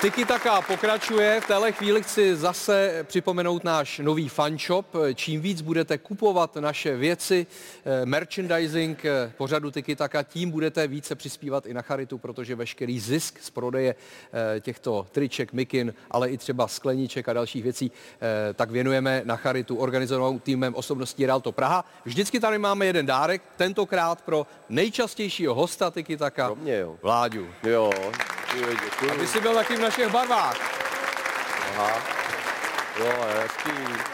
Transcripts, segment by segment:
Tiki Taka pokračuje. V téhle chvíli chci zase připomenout náš nový fanshop. Čím víc budete kupovat naše věci, merchandising pořadu Tiki Taka, tím budete více přispívat i na charitu, protože veškerý zisk z prodeje těchto triček, mikin, ale i třeba skleniček a dalších věcí, tak věnujeme na charitu organizovanou týmem osobností Realto Praha. Vždycky tady máme jeden dárek, tentokrát pro nejčastějšího hosta Tiki Taka, Vláďu. Jo. Děkuji. Aby jsi byl taky v našich barvách. Aha. Jo, hezký.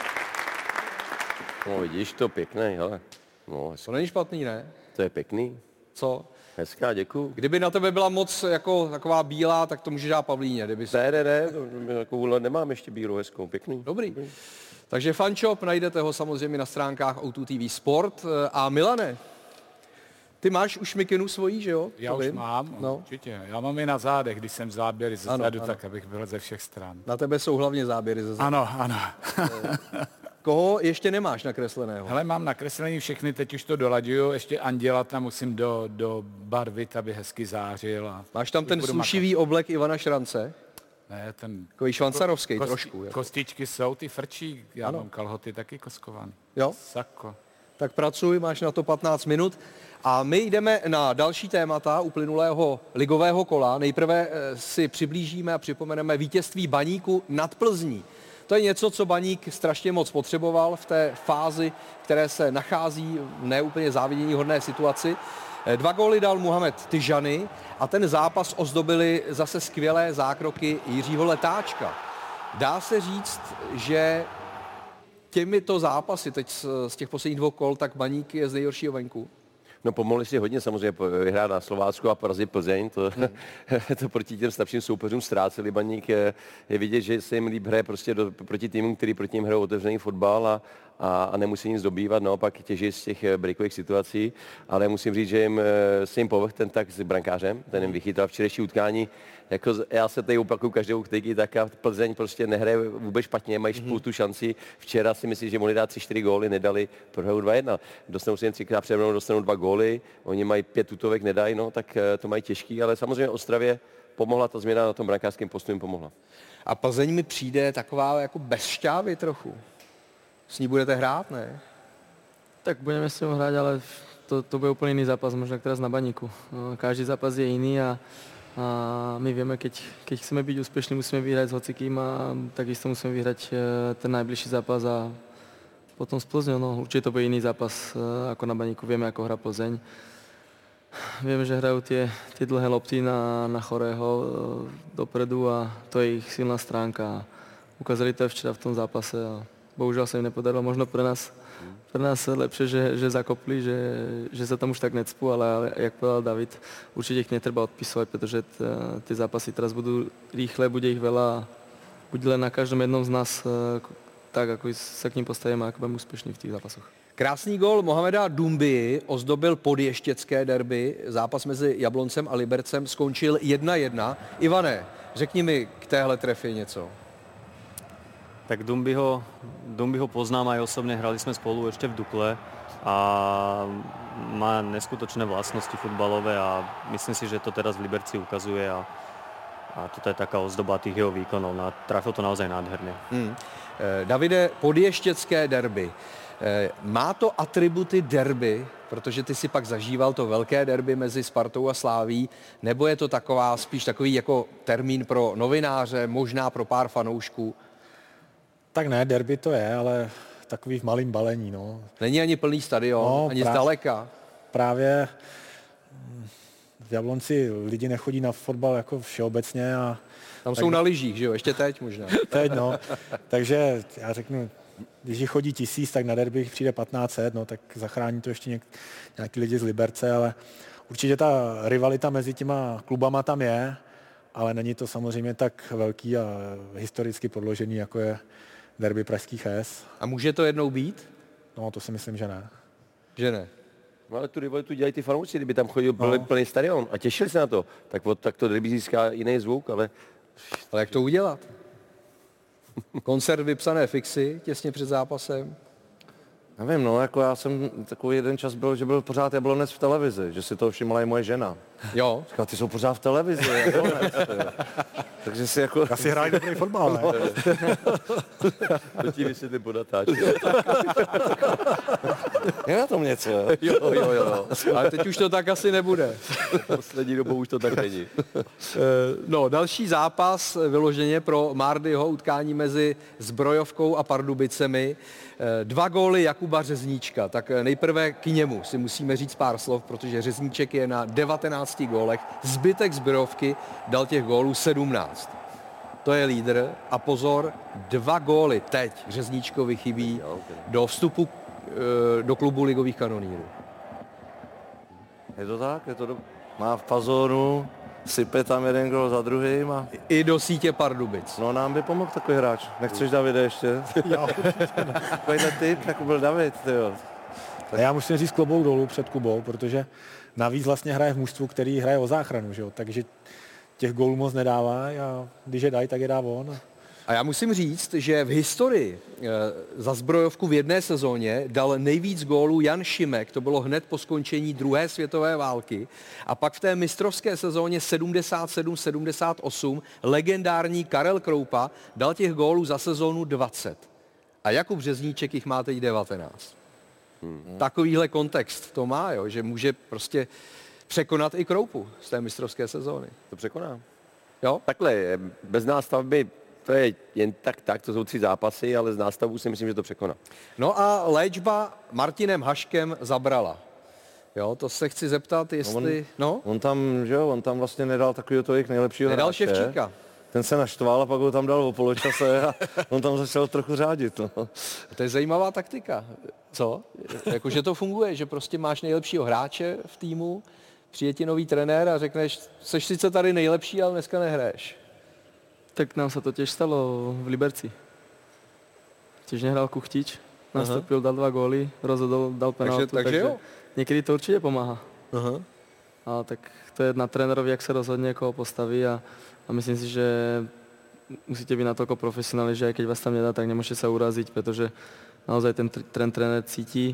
No vidíš, to pěkný, hele. No, To není špatný, ne? To je pěkný. Co? Hezká, děkuji. Kdyby na tebe byla moc jako taková bílá, tak to můžeš dát Pavlíně. Kdyby si... Ne, takovouhle nemám ještě bílou hezkou, pěkný. Dobrý. Takže fanshop, najdete ho samozřejmě na stránkách O2 TV Sport. A Milane, ty máš už mikinu svojí, že jo? Já už mám, no. Určitě. Já mám i na zádech, když jsem záběry ze zadu, tak abych byl ze všech stran. Na tebe jsou hlavně záběry ze zadu. Ano. Koho ještě nemáš nakresleného? Hele, mám nakreslený všechny, teď už to dolaďuju, ještě anděla tam musím do barvit, aby hezky zářil. A máš tam ten slušivý oblek Ivana Šrance? Ne, ten... Takový švancarovský trošku. Jo. Kostičky jsou, ty frčí, já mám kalhoty taky koskovaný. Jo? Sako. Tak pracuj, máš na to 15 minut. A my jdeme na další témata uplynulého ligového kola. Nejprve si přiblížíme a připomeneme vítězství Baníku nad Plzní. To je něco, co Baník strašně moc potřeboval v té fázi, které se nachází v neúplně záviděníhodné situaci. 2 góly dal Muhamed Tyžany a ten zápas ozdobili zase skvělé zákroky Jiřího Letáčka. Dá se říct, že těmito zápasy teď z těch posledních 2 kol, tak Baník je z nejhoršího venku? No pomohli si hodně samozřejmě vyhrát na Slovácku a porazit Plzeň. To proti těm slabším soupeřům ztráceli. Baník je vidět, že se jim líp hraje prostě proti týmům, který proti ním hrajou otevřený fotbal a nemusí nic dobývat, naopak těží z těch breakových situací, ale musím říct, že se jim povrch ten tak s brankářem, ten jim vychytal včerejší utkání. Jako já se tady opakuju každou Tiki Taka, Plzeň prostě nehraje vůbec špatně, mají spoustu šancí. Včera si myslím, že mohli dát 3-4 góly, nedali, prohrajou 2-1. Dostanou si jen 3krát přede mnou, dostanou 2 góly, oni mají 5 tutovek, nedají, no, tak to mají těžký, ale samozřejmě Ostravě pomohla ta změna na tom brankářském postu, jim pomohla. A Plzeň mi přijde taková jako bez šťávy trochu. S ní budete hrát, ne? Tak budeme s ňou hrať, ale to bude úplne iný zápas, možno jak teraz na Baníku. Každý zápas je iný a my vieme, keď chceme byť úspešní, musíme vyhrať s hocikým a takisto musíme vyhrať ten najbližší zápas a potom s Plzňou. No, určite to bude iný zápas ako na Baníku. Vieme, ako hrá Plzeň. Vieme, že hrajú tie dlhé lopty na Chorého dopredu a to je ich silná stránka. Ukázali to včera v tom zápase a bohužiaľ sa im nepodarilo. Možno pre nás lepšie, že zakopli, že sa tam už tak necpú, ale jak povedal David, určite ich netreba odpisovať, pretože tie zápasy teraz budú rýchle, bude ich veľa, bude len na každom jednom z nás tak, ako sa k ním postavíme a ako budeme úspešní v tých zápasoch. Krásný gól Mohameda Dumbii ozdobil podještěcké derby. Zápas mezi Jabloncem a Libercem skončil 1-1. Ivane, řekni mi k téhle trefě něco. Tak Dumbiho poznám aj osobne, hrali sme spolu ešte v Dukle a má neskutočné vlastnosti futbalové a myslím si, že to teraz v Liberci ukazuje a toto je taká ozdoba tých jeho výkonov. Trafil to naozaj nádherne. Davide, podještěcké derby. Má to atributy derby, protože ty si pak zažíval to velké derby mezi Spartou a Sláví, nebo je to spíš takový jako termín pro novináře, možná pro pár fanoušků? Tak ne, derby to je, ale takový v malým balení, no. Není ani plný stadion, ani zdaleka. Právě v Jablonci lidi nechodí na fotbal jako všeobecně a... Tam jsou na lyžích, že jo? Ještě teď možná. Teď, no. Takže já řeknu, když jich chodí 1000, tak na derby jich přijde 1500, no, tak zachrání to ještě nějaký lidi z Liberce, ale určitě ta rivalita mezi těma klubama tam je, ale není to samozřejmě tak velký a historicky podložený, jako je derby pražských HS. A může to jednou být? No, to si myslím, že ne. Že ne. No ale tu rivalitu dělají ty fanoušci, kdyby tam chodil plný stadion a těšili se na to, tak to derby získá jiný zvuk, ale... Ale jak to udělat? Koncert vypsané fixy těsně před zápasem? Nevím, no, jako já jsem takový jeden čas byl, že byl pořád Jablonec v televizi, že si to všimla i moje žena. Jo. Říkal, ty jsou pořád v televizi. Takže si jako... Asi hrají dobrý fotbal, ne? To ti vysvětlím po natáčení. Je na tom něco, jo? Jo. Ale teď už to tak asi nebude. Poslední dobou už to tak není. No, další zápas vyloženě pro Mardyho, utkání mezi Zbrojovkou a Pardubicemi. 2 góly Jakuba Řezníčka. Tak nejprve k němu si musíme říct pár slov, protože Řezníček je na 19 gólech. Zbytek Zbrojovky dal těch gólů 17. To je lídr. A pozor, 2 góly teď Řezníčkovi chybí do vstupu do klubu ligových kanonýrů. Je to tak? Má v fazónu, sype tam jeden gól za druhým a... I do sítě Pardubic. No nám by pomohl takový hráč. Nechceš Davide ještě? Jo. Takovýhle typ, jako byl David, tyjo. A já musím říct klobouk dolů před Kubou, protože navíc vlastně hraje v mužstvu, který hraje o záchranu, že jo? Takže těch gólů moc nedává a když je dají, tak je dá on. A já musím říct, že v historii za Zbrojovku v jedné sezóně dal nejvíc gólů Jan Šimek, to bylo hned po skončení druhé světové války. A pak v té mistrovské sezóně 77-78 legendární Karel Kroupa dal těch gólů za sezónu 20. A Jakub Řezníček jich má teď 19. Takovýhle kontext to má, jo, že může prostě překonat i Kroupu z té mistrovské sezóny. To překoná. Jo? Takhle, bez nástavby to je jen tak, to jsou 3 zápasy, ale z nástavu si myslím, že to překoná. No a léčba Martinem Haškem zabrala. Jo, to se chci zeptat, jestli... On tam vlastně nedal takového tolik nejlepšího Nedal hráče. Ševčíka. Ten se naštval a pak ho tam dal o poločase a on tam začal trochu řádit. No. To je zajímavá taktika. Co? Jakože to funguje, že prostě máš nejlepšího hráče v týmu, přijde ti nový trenér a řekneš, seš sice tady nejlepší, ale dneska nehraješ. Tak nám sa to tiež stalo v Liberci. Tiež nehral Kuchtič, nastúpil, dal 2 góly, rozhodol, dal penaltu. Takže jo. Niekedy to určite pomáha. Aha. Ale tak to je na trénerovi, jak sa rozhodne, koho postaví a myslím si, že musíte byť natoľko profesionáli, že aj keď vás tam nedá, tak nemôžete sa uraziť, pretože naozaj ten tréner cíti,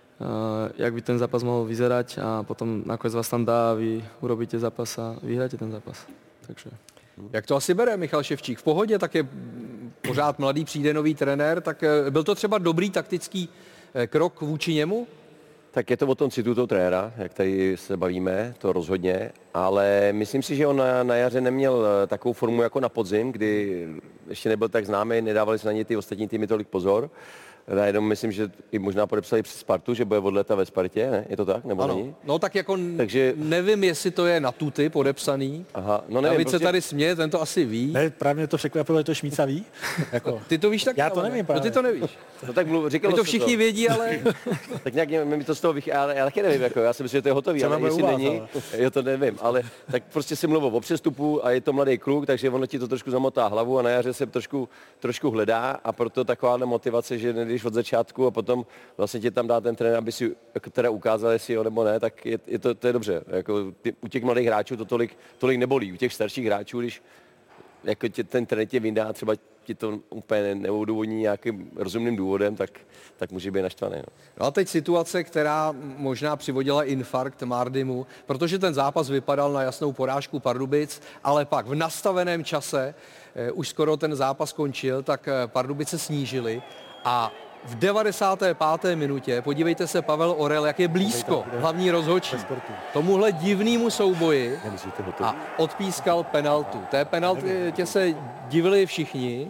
jak by ten zápas mohol vyzerať a potom nakoniec vás tam dá a vy urobíte zápas a vyhráte ten zápas. Takže... Jak to asi bere Michal Ševčík? V pohodě, tak je pořád mladý, přijde nový trenér, tak byl to třeba dobrý taktický krok vůči němu? Tak je to o tom citu toho trenéra, jak tady se bavíme, to rozhodně, ale myslím si, že on na jaře neměl takovou formu jako na podzim, kdy ještě nebyl tak známý, nedávali se na něj ty ostatní týmy tolik pozor. Najednou myslím, že i možná podepsali přes Spartu, že bude od léta ve Spartě, ne? Je to tak? Nebo ano. není? No tak jako Takže... nevím, jestli to je na tuty podepsaný. Aha, no nevím, David prostě... se tady směje, ten to asi ví. Ne, právě mě to překvapilo, že to Šmíca ví. Jako. Ty to víš tak? Já to nevím No právě. ty to nevíš. No tak říkalo My to se všichni vědí, ale... Tak nějak mi to z toho vychází, ale já taky nevím, jako, já si myslím, že to je hotový, Třeba ale jestli u vás, není, já to nevím, ale tak prostě si mluvil o přestupu a je to mladý kluk, takže ono ti to trošku zamotá hlavu a na jaře se trošku hledá a proto taková motivace, že nejdeš od začátku a potom vlastně tě tam dá ten trenér, aby si teda ukázal, jestli jo nebo ne, tak to je dobře. Jako, u těch mladých hráčů to tolik nebolí, u těch starších hráčů, když jako ten trenér tě vyndá, třeba ti to úplně neodůvodní nějakým rozumným důvodem, tak může být naštvaný. No. No a teď situace, která možná přivodila infarkt Mardymu, protože ten zápas vypadal na jasnou porážku Pardubic, ale pak v nastaveném čase už skoro ten zápas končil, tak Pardubice snížili a v 95. minutě, podívejte se, Pavel Orel, jak je blízko, hlavní rozhodčí, tomuhle divnému souboji a odpískal penaltu. Té penaltě se divili všichni.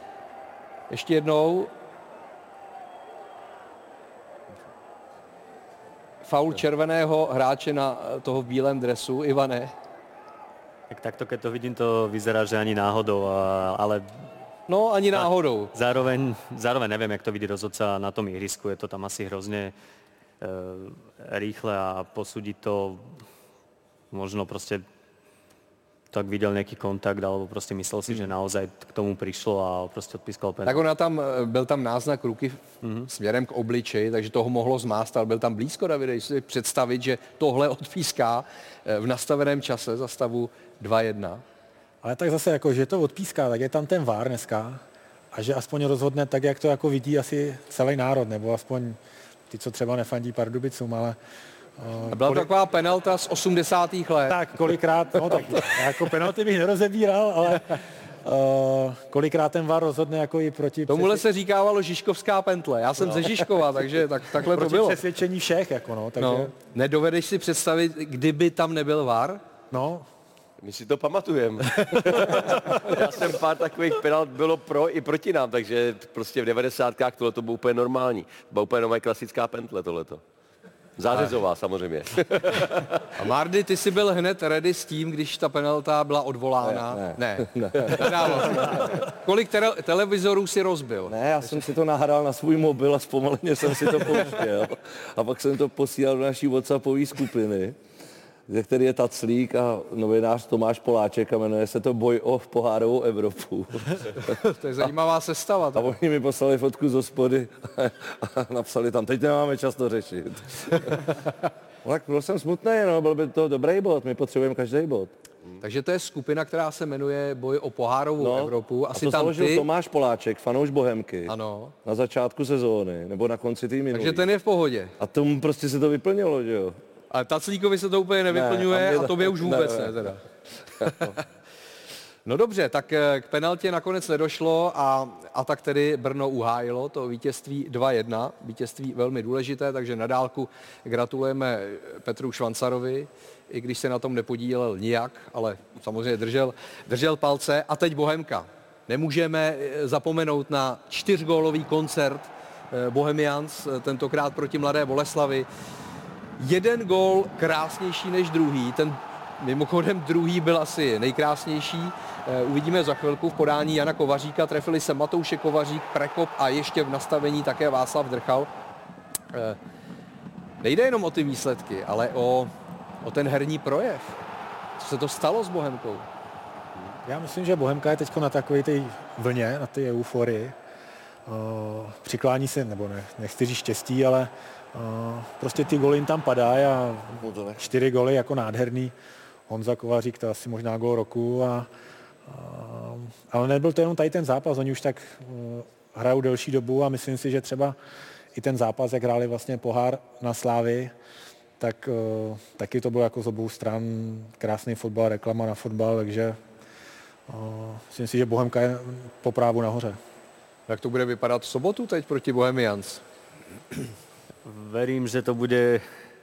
Ještě jednou. Faul červeného hráče na toho v bílém dresu. Ivane? Tak takto, keď to vidím, to vyzerá, že ani náhodou, ale... No, ani náhodou. Zároveň neviem, jak to vidí rozhodca na tom ihrisku. Je to tam asi hrozne rýchle a posúdiť to možno proste tak viděl nějaký kontakt, alebo prostě myslel si, že naozaj k tomu přišlo a prostě odpískal penaltu. Tak byl tam náznak ruky směrem k obličeji, takže toho mohlo zmást, ale byl tam blízko, Davide, když si představit, že tohle odpíská v nastaveném čase za stavu 2-1. Ale tak zase, jako, že to odpíská, tak je tam ten VAR dneska a že aspoň rozhodne tak, jak to jako vidí asi celý národ, nebo aspoň ty, co třeba nefandí Pardubicům, ale Byla to taková penalta z 80. let. Tak kolikrát, no tak jako penalty bych nerozebíral, ale kolikrát ten VAR rozhodne jako i proti Tomuhle se říkávalo Žižkovská pentle. Já jsem ze Žižkova, takže takhle to proti bylo. přesvědčení všech, jako no, takže No. Nedovedeš si představit, kdyby tam nebyl VAR? no. My si to pamatujeme. Já jsem pár takových penalt bylo pro i proti nám, takže prostě v 90kách tohle to bylo úplně normální. Byla úplně nová klasická pentle tohleto. Zářezová samozřejmě. A Mardy, ty jsi byl hned ready s tím, když ta penalta byla odvolána? Ne. Nedával. Kolik televizorů si rozbil? Ne, já jsem si to nahrál na svůj mobil a zpomaleně jsem si to pouštěl. A pak jsem to posílal do naší WhatsAppové skupiny, ze který je Taclík a novinář Tomáš Poláček a jmenuje se to Boj o pohárovou Evropu. To je zajímavá sestava. A oni mi poslali fotku z hospody a napsali tam, teď nemáme čas to řešit. Tak byl jsem smutný, no, byl by to dobrý bod, my potřebujeme každý bod. Takže to je skupina, která se jmenuje Boj o pohárovou Evropu. Asi a to tam založil ty... Tomáš Poláček, fanouš Bohemky. Ano. Na začátku sezóny, nebo na konci té minulý. Takže ten je v pohodě. A tomu prostě se to vyplnilo, že jo? Ale Taclíkovi se to úplně nevyplňuje a tobě už vůbec ne teda. No dobře, tak k penaltě nakonec nedošlo a tak tedy Brno uhájilo to vítězství 2-1. Vítězství velmi důležité, takže na dálku gratulujeme Petru Švancarovi, i když se na tom nepodílel nijak, ale samozřejmě držel palce. A teď Bohemka. Nemůžeme zapomenout na 4gólový koncert Bohemians, tentokrát proti Mladé Boleslavi. Jeden gól krásnější než druhý, ten mimochodem druhý byl asi nejkrásnější. Uvidíme za chvilku v podání Jana Kovaříka, trefili se Matoušek Kovařík, Prekop a ještě v nastavení také Václav Drchal. Nejde jenom o ty výsledky, ale o ten herní projev. Co se to stalo s Bohemkou? Já myslím, že Bohemka je teď na takové té vlně, na té euforii. Přiklání se, nebo nechci říct štěstí, ale prostě ty goly jim tam padají a 4 goly jako nádherný. Honza Kovařík, to asi možná gól roku. Ale nebyl to jenom tady ten zápas, oni už tak hrajou delší dobu a myslím si, že třeba i ten zápas, jak hráli vlastně pohár na Slávy, tak taky to bylo jako z obou stran krásný fotbal, reklama na fotbal, takže myslím si, že Bohemka je po právu nahoře. Jak to bude vypadat v sobotu teď proti Bohemians? Verím, že to bude,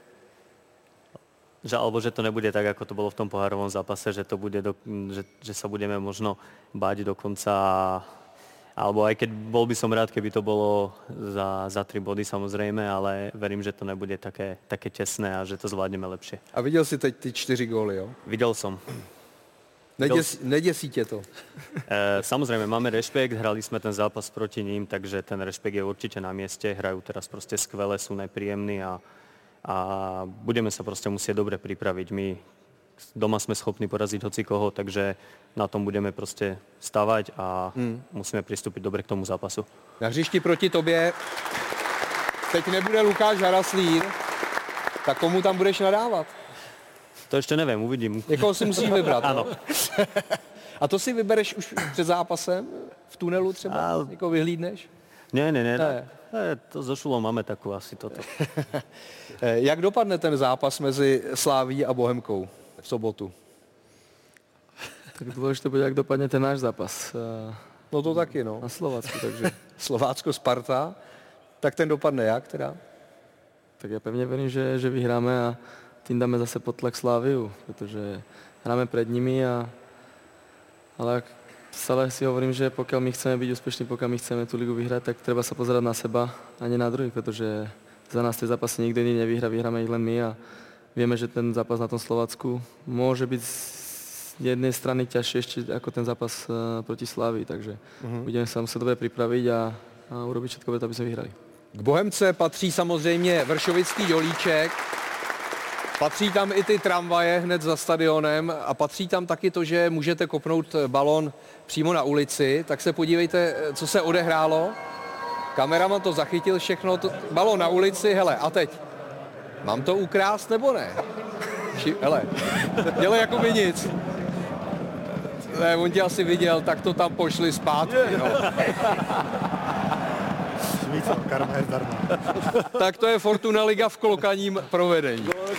že to nebude tak, ako to bolo v tom pohárovom zápase, že to bude, že sa budeme možno báť dokonca, alebo aj keď bol by som rád, keby to bolo za 3 body samozrejme, ale verím, že to nebude také tesné a že to zvládneme lepšie. A viděl jsi teď ty 4 góly, jo? Videl som. Neděsí tě to? Samozrejme, máme rešpekt, hrali sme ten zápas proti ním, takže ten rešpekt je určite na mieste, hrajú teraz proste skvele, sú nepríjemní a budeme sa proste musieť dobre pripraviť. My doma sme schopní poraziť hocikoho, takže na tom budeme proste stavať a musíme pristúpiť dobre k tomu zápasu. Na hřišti proti tobě teď nebude Lukáš Haraslín, tak komu tam budeš nadávat? To ešte neviem, uvidím. Někoho si musíš vybrat. Áno. A to si vybereš už před zápasem? V tunelu třeba? Někoho vyhlídneš? Ne. To so Šulom máme takú asi toto. Jak dopadne ten zápas mezi Sláví a Bohemkou v sobotu? Tak dôležité bude, jak dopadne ten náš zápas. No to taky, no. Na Slovácku, takže... Slovácko-Sparta. Tak ten dopadne jak teda? Tak ja pevne verím, že vyhráme a tým dáme zase pod tlak Sláviu, pretože hráme pred nimi ale stále si hovorím, že pokiaľ my chceme byť úspešní, pokiaľ my chceme tú ligu vyhrať, tak treba sa pozerať na seba a nie na druhých, pretože za nás tie zápasy nikto iný nevyhrá, vyhráme ich len my a vieme, že ten zápas na tom Slovácku môže byť z jednej strany ťažšie ešte ako ten zápas proti Slávii, takže budeme sa musieť dobre pripraviť a urobiť všetko, aby sme vyhrali. K Bohemce patří samozřejmě Vršovický Dolíček, patří tam i ty tramvaje hned za stadionem a patří tam taky to, že můžete kopnout balón přímo na ulici. Tak se podívejte, co se odehrálo. Kameraman to zachytil všechno, balón na ulici, hele, a teď. Mám to ukrást nebo ne? Hele, dělej jako by nic. Ne, on tě asi viděl, tak to tam pošli zpátky. No. Karma je zdarma. Tak to je Fortuna Liga v klokaním provedení.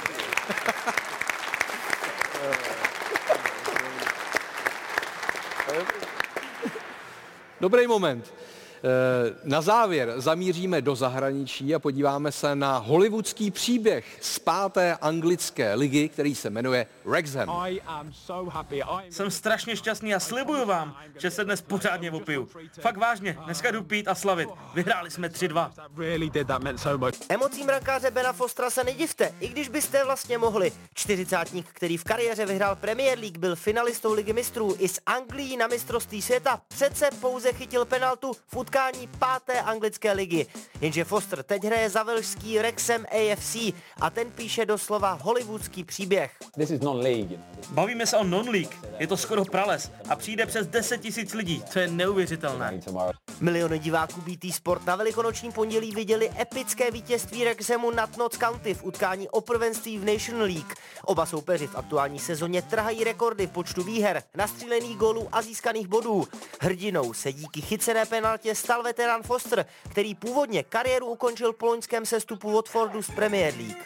Dobrý moment. Na závěr zamíříme do zahraničí a podíváme se na hollywoodský příběh z 5. anglické ligy, který se jmenuje Wrexham. Jsem strašně šťastný a slibuju vám, že se dnes pořádně opiju. Fakt vážně, dneska jdu pít a slavit. Vyhráli jsme 3-2. Emocím brankáře Bena Fostera se nedivte, i když byste vlastně mohli. 40-tník, který v kariéře vyhrál Premier League, byl finalistou Ligy mistrů i s Anglií na mistrovství světa, přece pouze chytil penaltu v utkání 5. anglické ligy. Jenže Foster teď hraje za velšský Wrexham AFC a ten píše doslova hollywoodský příběh. Bavíme se o non-league, je to skoro prales a přijde přes 10 000 lidí, to je neuvěřitelné. Miliony diváků BT Sport na velikonoční pondělí viděli epické vítězství Wrexhamu nad Notts County v utkání o prvenství v National League. Oba soupeři v aktuální sezóně trhají rekordy v počtu výher, nastřílených gólů a získaných bodů. Hrdinou se díky chycené penaltě stal veterán Foster, který původně kariéru ukončil po loňském sestupu Watfordu z Premier League.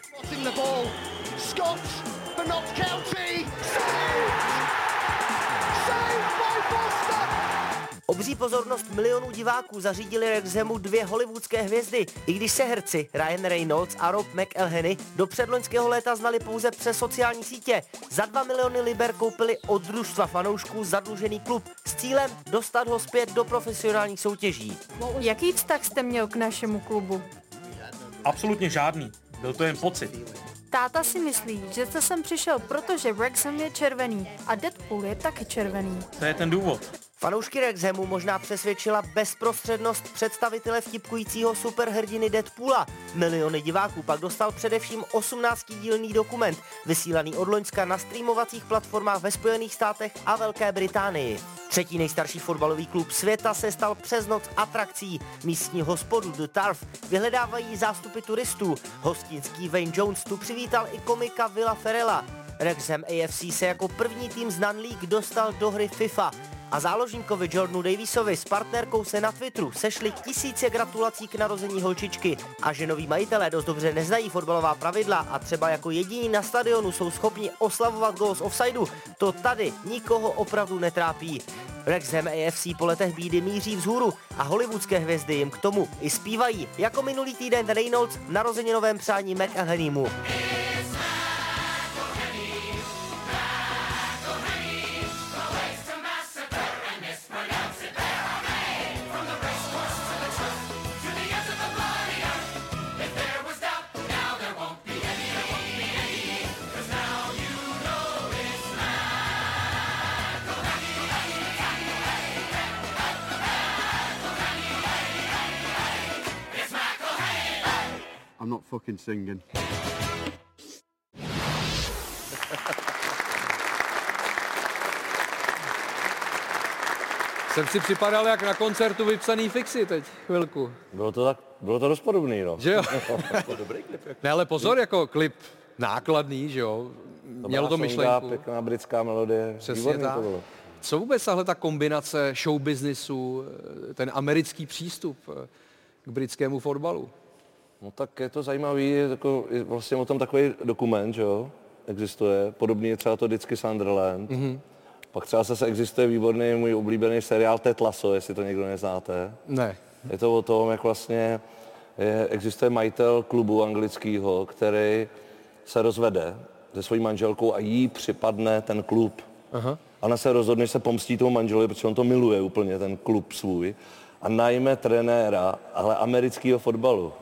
Obří pozornost milionů diváků zařídili Wrexhamu 2 hollywoodské hvězdy, i když se herci Ryan Reynolds a Rob McElhenney do předloňského léta znali pouze přes sociální sítě. Za 2 miliony liber koupili od družstva fanoušků zadlužený klub s cílem dostat ho zpět do profesionálních soutěží. Jaký vztah jste měl k našemu klubu? Absolutně žádný, byl to jen pocit. Táta si myslí, že jste sem přišel, protože Wrexham je červený a Deadpool je taky červený. To je ten důvod. Fanoušky Wrexhamu možná přesvědčila bezprostřednost představitele vtipkujícího superhrdiny Deadpoola. Miliony diváků pak dostal především 18dílný dokument, vysílaný od loňska na streamovacích platformách ve Spojených státech a Velké Británii. Třetí nejstarší fotbalový klub světa se stal přes noc atrakcí. Místní hospodu The Turf vyhledávají zástupy turistů. Hostinský Wayne Jones tu přivítal i komika Willa Ferrella. Wrexham AFC se jako první tým z non-league dostal do hry FIFA. A záložníkovi Jordanu Davisovi s partnerkou se na Twitteru sešly tisíce gratulací k narození holčičky. A že noví majitelé dost dobře neznají fotbalová pravidla a třeba jako jediní na stadionu jsou schopni oslavovat gól z offsideu, to tady nikoho opravdu netrápí. Wrexham AFC po letech bídy míří vzhůru a hollywoodské hvězdy jim k tomu i zpívají, jako minulý týden Reynolds v narozeninovém přání McElhenneymu. I'm not fucking singing. Jsem si připadal jak na koncertu vypsaný Fixy teď chvilku. Bylo to dost podobný, no. Že jo? Dobrý klip. Ne, ale pozor, jako klip nákladný, že jo? Mělo to myšlenku. Pěkná britská melodie. Přesně tak. To bylo. Co vůbec tahle ta kombinace showbiznisu, ten americký přístup k britskému fotbalu? No tak je to zajímavý, jako, vlastně o tom takový dokument, že jo, existuje. Podobný je třeba to vždycky Sunderland. Mm-hmm. Pak třeba zase existuje výborný můj oblíbený seriál Ted Lasso, jestli to někdo neznáte. Ne. Je to o tom, jak vlastně existuje majitel klubu anglického, který se rozvede se svojí manželkou a jí připadne ten klub. Aha. Ona se rozhodne, že se pomstí tomu manželovi, protože on to miluje úplně, ten klub svůj. A najme trenéra, ale amerického fotbalu.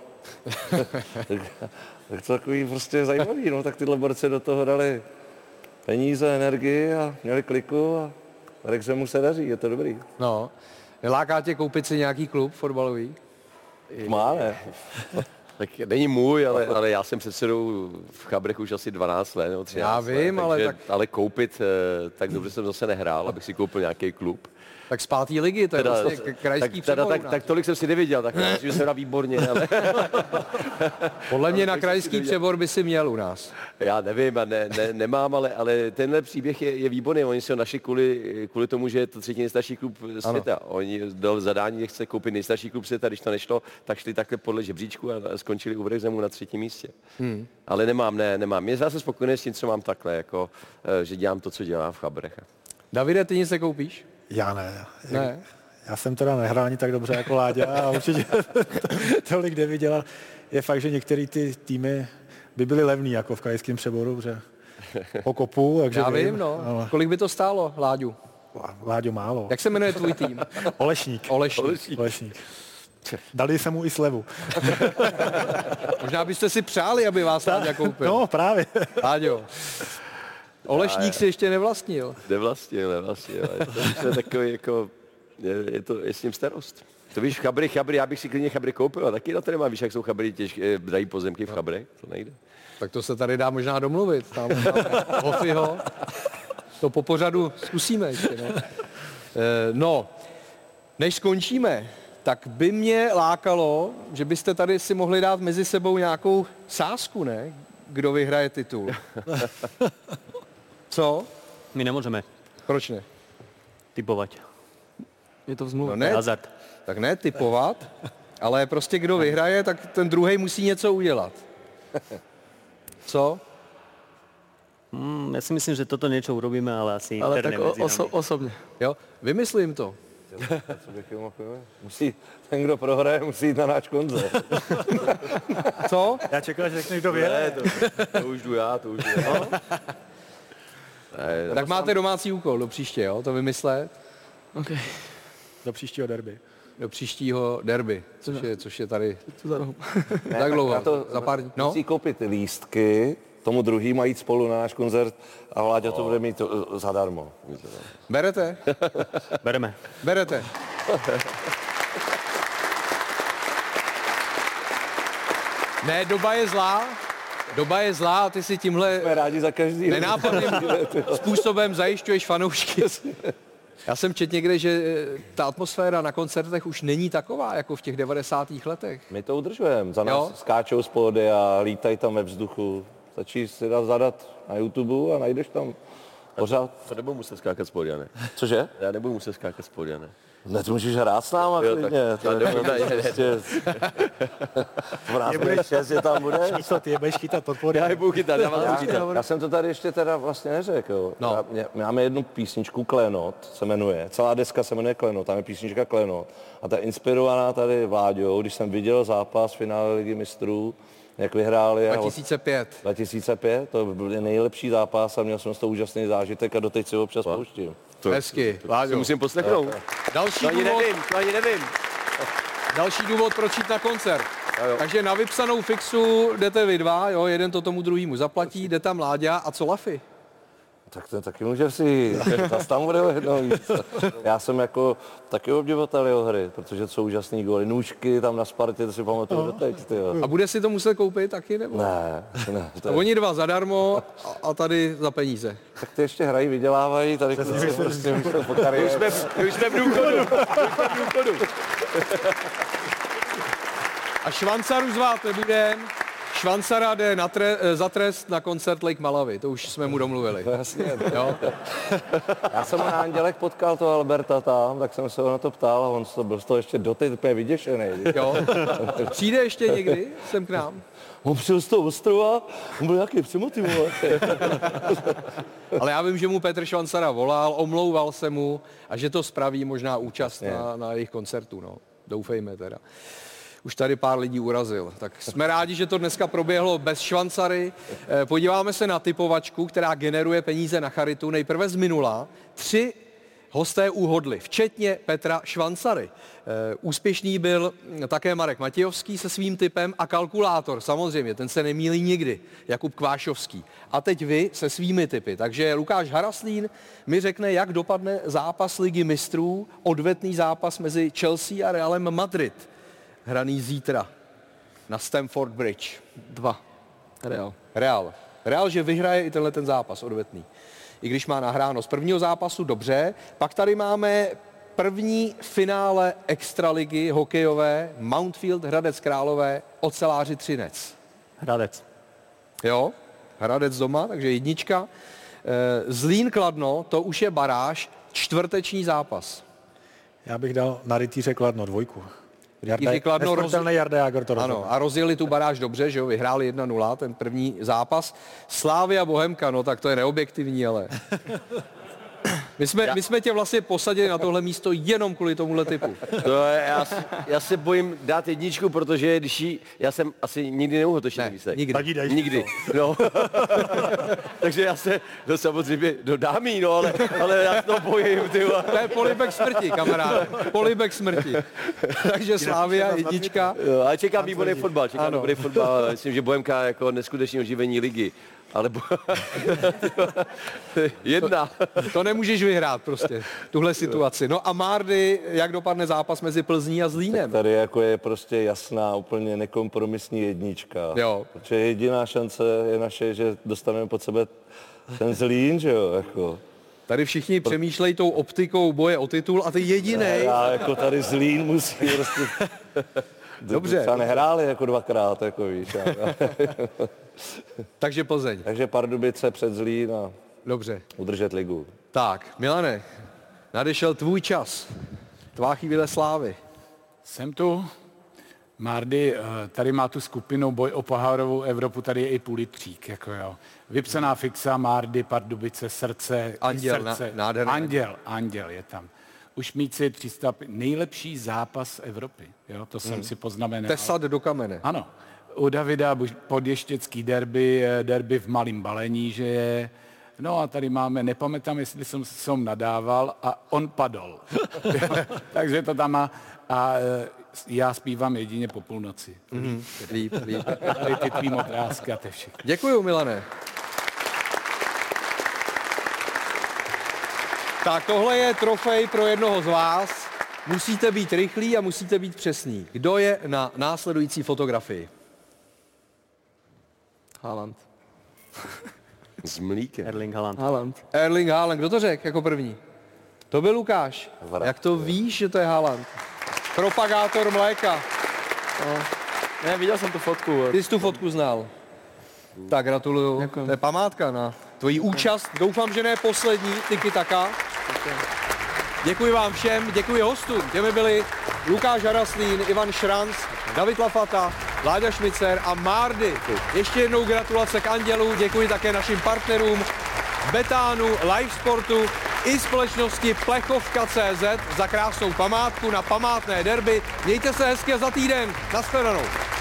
tak to takový prostě zajímavý, no, tak tyhle borci do toho dali peníze, energii a měli kliku a Wrexhamu se daří, je to dobrý. No, neláká tě koupit si nějaký klub fotbalový? Má, ne? Tak není můj, ale já jsem předsedou v Chabrech už asi 12 let nebo 13 Já vím, let, ale tak... Ale koupit, tak dobře jsem zase nehrál, abych si koupil nějaký klub. Tak z 5. ligy, to je vlastně krajský přebor. Tak tolik jsem si neviděl, tak že se dá výborně, ale... Podle mě na krajský přebor by si měl u nás. Já nevím, a nemám, ale tenhle příběh je výborný. Oni se ho našli kvůli tomu, že je to 3. nejstarší klub světa. Ano. Oni dali zadání, že chce koupit nejstarší klub světa, když to nešlo, tak šli takhle podle žebříčku a skončili u Wrexhamu na 3. místě. Ale nemám. Je zase spokojený s tím, co mám takhle, jako, že dělám to, co dělám v Chabrech. Davide, ty nic nekoupíš? Já ne. Ne. Já jsem teda nehrál ani tak dobře jako Láďa a určitě tolik neviděl. Je fakt, že některé ty týmy by byly levný jako v krajském přeboru, že po kopu. Takže já vím, no. Ale... Kolik by to stálo, Láďu? Láďo málo. Jak se jmenuje tvůj tým? Olešník. Dali jsem mu i slevu. Možná byste si přáli, aby vás Láďa koupil. No, právě. Láďo. Olešník si ještě nevlastnil. Nevlastnil. To je takový jako, je s ním starost. To víš, Chabry, já bych si klidně Chabry koupil, a taky na to nemám, víš, jak jsou Chabry těžké, dají pozemky v Chabrech, to nejde. Tak to se tady dá možná domluvit, tam Hofyho. To po pořadu zkusíme ještě, no. No, než skončíme, tak by mě lákalo, že byste tady si mohli dát mezi sebou nějakou sázku, ne? Kdo vyhraje titul. Co? My nemůžeme. Proč ne? Typovat. Je to v zmluvě. No ne, hazard. Tak ne typovat, ale prostě kdo vyhraje, tak ten druhý musí něco udělat. Co? Já si myslím, že toto něco urobíme, ale asi ale tak osobně. Jo, vymyslím to. Ten, kdo prohraje, musí jít na náš koncert. Co? Já čekal, že řekneš, kdo vyhraje. To už jdu já. No. Tak máte domácí úkol do příště, jo? To vymyslet. Okay. Do příštího derby. Do příštího derby, což je tady Ne, tak dlouho. Za pár dní. Musí koupit lístky, tomu druhý mají jít spolu na náš koncert a Vláďa to bude mít zadarmo. Berete? Bereme. Berete. Ne, doba je zlá a ty si tímhle Jsme rádi za každý nenápadným způsobem zajišťuješ fanoušky. Já jsem četl někde, že ta atmosféra na koncertech už není taková, jako v těch 90. letech. My to udržujeme. Za nás skáčou z pódy a lítají tam ve vzduchu. Stačí si zadat na YouTube a najdeš tam pořád. To nebudu muset skákat z pódia, ne? Cože? Já nebudu muset skákat z pódia, ne? Ne, ty můžeš hrát s náma klidně. V Rázbě 6 je tam budeš. Ty je budeš chytat pod pódia. Já je budu chytat, já jsem to tady ještě teda vlastně neřekl. No. Máme jednu písničku Klenot, se jmenuje. Celá deska se jmenuje Klenot, tam je písnička Klenot. A ta je inspirovaná tady Vláďou, když jsem viděl zápas finále Ligy mistrů, jak vyhráli. 2005, to byl nejlepší zápas a měl jsem z toho úžasný zážitek a doteď si ho občas pouštím. Hezky. To musím poslechnout. Nevím. Další důvod, proč jít na koncert. Takže na vypsanou fixu jdete vy dva, jo, jeden to tomu druhému zaplatí, jde tam Láďa a co Lafy? Tak ten taky může si, tam bude jednou víc. Já jsem jako taky obdivoval jeho hry, protože to jsou úžasný góly. Nůžky tam na Spartě, to si pamatuju doteď. A bude si to muset koupit taky, nebo? Ne. A oni dva zadarmo a tady za peníze. Tak ty ještě hrají, vydělávají, tady prostě po kariéře. My už jsme v důchodu. A Švancaru zvát nebudem. Švancara jde za trest na koncert Lake Malawi, to už jsme mu domluvili. Jasně. Jo? Já jsem na Andělek potkal toho Alberta tam, tak jsem se ho na to ptal a on byl z toho ještě doteď úplně vyděšený. Jo? Přijde ještě někdy sem k nám? On přijel z toho ostrova, on byl nějaký přemotivovaný. Ale já vím, že mu Petr Švancara volal, omlouval se mu a že to spraví možná účast na jejich koncertu. No. Doufejme teda. Už tady pár lidí urazil. Tak jsme rádi, že to dneska proběhlo bez Švancary. Podíváme se na typovačku, která generuje peníze na charitu. Nejprve z minula. 3 hosté uhodli, včetně Petra Švancary. Úspěšný byl také Marek Matějovský se svým tipem a kalkulátor, samozřejmě, ten se nemýlí nikdy, Jakub Kvášovský. A teď vy se svými tipy. Takže Lukáš Haraslín mi řekne, jak dopadne zápas Ligy mistrů, odvetný zápas mezi Chelsea a Realem Madrid, hraný zítra na Stamford Bridge. 2. Real, že vyhraje i tenhle ten zápas odvetný. I když má nahráno z prvního zápasu, dobře. Pak tady máme první finále extraligy hokejové Mountfield Hradec Králové, Oceláři Třinec. Hradec. Jo, Hradec doma, takže 1. Zlín Kladno, to už je baráž, čtvrteční zápas. Já bych dal na Rytíře Kladno 2. Rytíři Kladno Jarda Jágr to rozhodl. Ano, a rozjeli tu baráž dobře, že jo, vyhráli 1-0 ten první zápas. Slávia Bohemka, no tak to je neobjektivní, ale... My jsme tě vlastně posadili na tohle místo jenom kvůli tomuhle typu. Já se bojím dát 1, protože já jsem asi nikdy neuhotočený výsledek. Nikdy. No. Takže já se, samozřejmě dodám jí, no, ale já to bojím, ty. To je polibek smrti, kamaráde. Polibek smrti. Takže Slávia 1. Jo, ale čekám výborný fotbal, Myslím, že Bohemka jako neskutečné oživení ligy. Ale 1. To nemůžeš vyhrát prostě, tuhle situaci. No a Mardy, jak dopadne zápas mezi Plzní a Zlínem? Tak tady jako je prostě jasná, úplně nekompromisní 1. Jo. Protože jediná šance je naše, že dostaneme pod sebe ten Zlín, že jo, jako. Tady všichni přemýšlejí tou optikou boje o titul a ty jedinej. Já jako tady Zlín musí prostě... Dobře. Třeba nehráli jako 2krát, jako víš. Takže Plzeň. Takže Pardubice před Zlín a dobře. Udržet ligu. Tak, Milane, nadešel tvůj čas. Tvá chvíle slávy. Jsem tu. Mardy tady má tu skupinu boj o pohárovou Evropu, tady je i Pulitřík, jako jo. Vypsaná fixa, Mardy, Pardubice, Srdce, Anděl, Srdce. Anděl je tam. Už Míci 300, nejlepší zápas Evropy, jo, to jsem si poznamenal. Tesat do kamene. Ano. U Davida podještěcký derby v Malým Balení, že je. No a tady máme, nepamětám, jestli jsem nadával a on padl. Takže to tam má. A já zpívám jedině po půlnoci. Líp. Tady ty tvý modrázky a to všechno. Děkuju, Milane. Tak tohle je trofej pro jednoho z vás. Musíte být rychlí a musíte být přesní. Kdo je na následující fotografii? Haaland. S mlíkem. Erling Haaland. Kdo to řekl jako první? To byl Lukáš. Jak to víš, že to je Haaland? Propagátor mléka. No. Ne, viděl jsem tu fotku. Ty jsi tu fotku znal. Tak gratuluju. Děkuji. To je památka na tvoji účast. Doufám, že ne poslední. Tiki taka. Děkuji vám všem, děkuji hostům. Těmi byli Lukáš Haraslín, Ivan Šranc, David Lafata, Láďa Šmicer a Mardy. Ještě jednou gratulace k Andělu, děkuji také našim partnerům Betánu, Live Sportu i společnosti Plechovka.cz za krásnou památku na památné derby. Mějte se hezky za týden. Nashledanou.